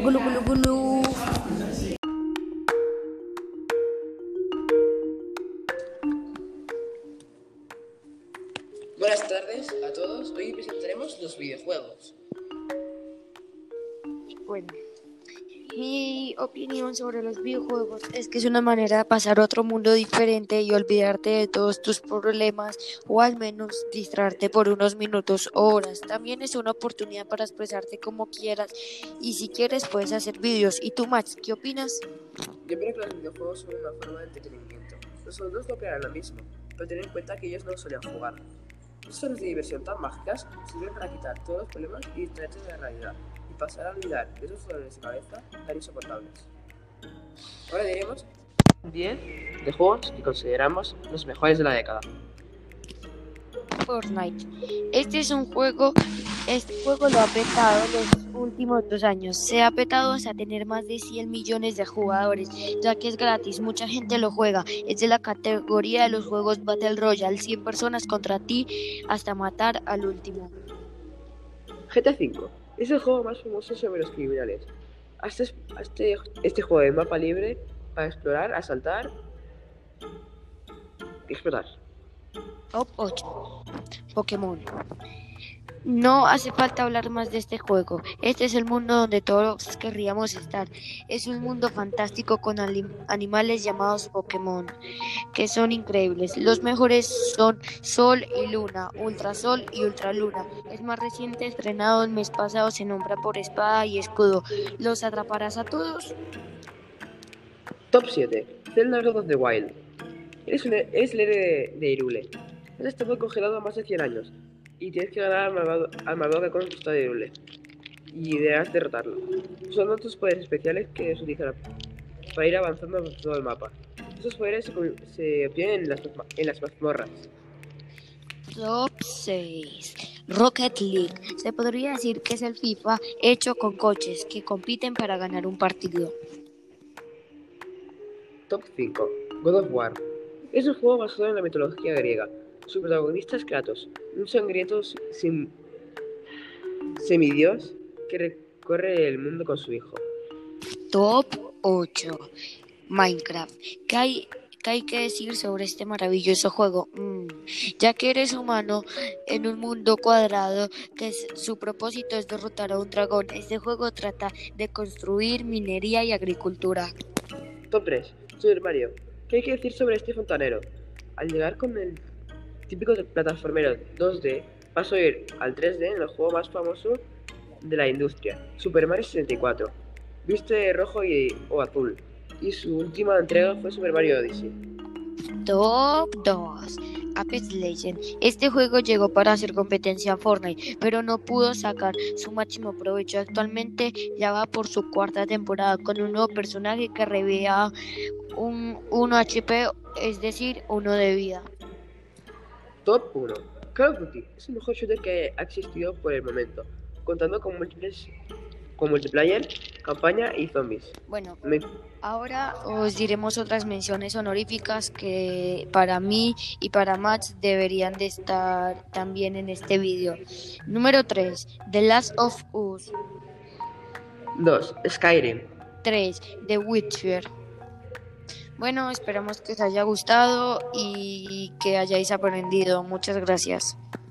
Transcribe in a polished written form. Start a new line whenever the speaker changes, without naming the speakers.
Gulu, gulu, gulu.
Buenas tardes a todos. Hoy presentaremos los videojuegos.
Bueno, mi opinión sobre los videojuegos es que es una manera de pasar a otro mundo diferente y olvidarte de todos tus problemas o al menos distraerte por unos minutos o horas. También es una oportunidad para expresarte como quieras y si quieres puedes hacer vídeos. ¿Y tú, Max, qué opinas?
Yo creo que los videojuegos son una forma de entretenimiento. Los adultos no crearán lo mismo, pero ten en cuenta que ellos no suelen jugar. Esas horas de diversión tan mágicas sirven para quitar todos los problemas y distraerte de la realidad y pasar a olvidar de esos dolores de cabeza tan insoportables. Ahora diremos 10 de juegos que consideramos los mejores de la década.
Fortnite. Este juego lo ha petado los últimos 2 años. Se ha petado hasta tener más de 100 millones de jugadores, ya que es gratis, mucha gente lo juega. Es de la categoría de los juegos Battle Royale, 100 personas contra ti hasta matar al último.
GTA V es el juego más famoso sobre los criminales. Este juego de mapa libre para explorar, asaltar y explotar.
Top 8. Pokémon. No hace falta hablar más de este juego. Este es el mundo donde todos querríamos estar. Es un mundo fantástico con animales llamados Pokémon, que son increíbles. Los mejores son Sol y Luna, Ultrasol y Ultraluna. El más reciente, estrenado el mes pasado, se nombra por Espada y Escudo. ¿Los atraparás a todos?
Top 7. Zelda Breath of the Wild. Eres el héroe de Hyrule. Has estado congelado más de 100 años y tienes que ganar al malvado que ha conquistado Hyrule. Y deberás derrotarlo, usando tus poderes especiales que se utilizan para ir avanzando por todo el mapa. Esos poderes se obtienen en las mazmorras.
Top 6. Rocket League. Se podría decir que es el FIFA hecho con coches que compiten para ganar un partido.
Top 5. God of War. Es un juego basado en la mitología griega. Su protagonista es Kratos, un sangriento semidios que recorre el mundo con su hijo.
Top 8. Minecraft. ¿Qué hay que decir sobre este maravilloso juego? Ya que eres humano en un mundo cuadrado, su propósito es derrotar a un dragón. Este juego trata de construir minería y agricultura.
Top 3. Super Mario. ¿Qué hay que decir sobre este fontanero? Al llegar con el típico plataformero 2D, pasó a ir al 3D en el juego más famoso de la industria, Super Mario 64. Viste de rojo o azul, y su última entrega fue Super Mario Odyssey.
Top 2. Apex Legends. Este juego llegó para hacer competencia a Fortnite, pero no pudo sacar su máximo provecho. Actualmente ya va por su 4ª temporada con un nuevo personaje que revela un 1 HP, es decir, 1 de vida.
Top 1. Call of Duty es el mejor shooter que ha existido por el momento, contando con multiplayer, campaña y zombies.
Bueno, ahora os diremos otras menciones honoríficas que para mí y para Max deberían de estar también en este vídeo. Número 3, The Last of Us.
2. Skyrim.
3, The Witcher. Bueno, esperamos que os haya gustado y que hayáis aprendido. Muchas gracias.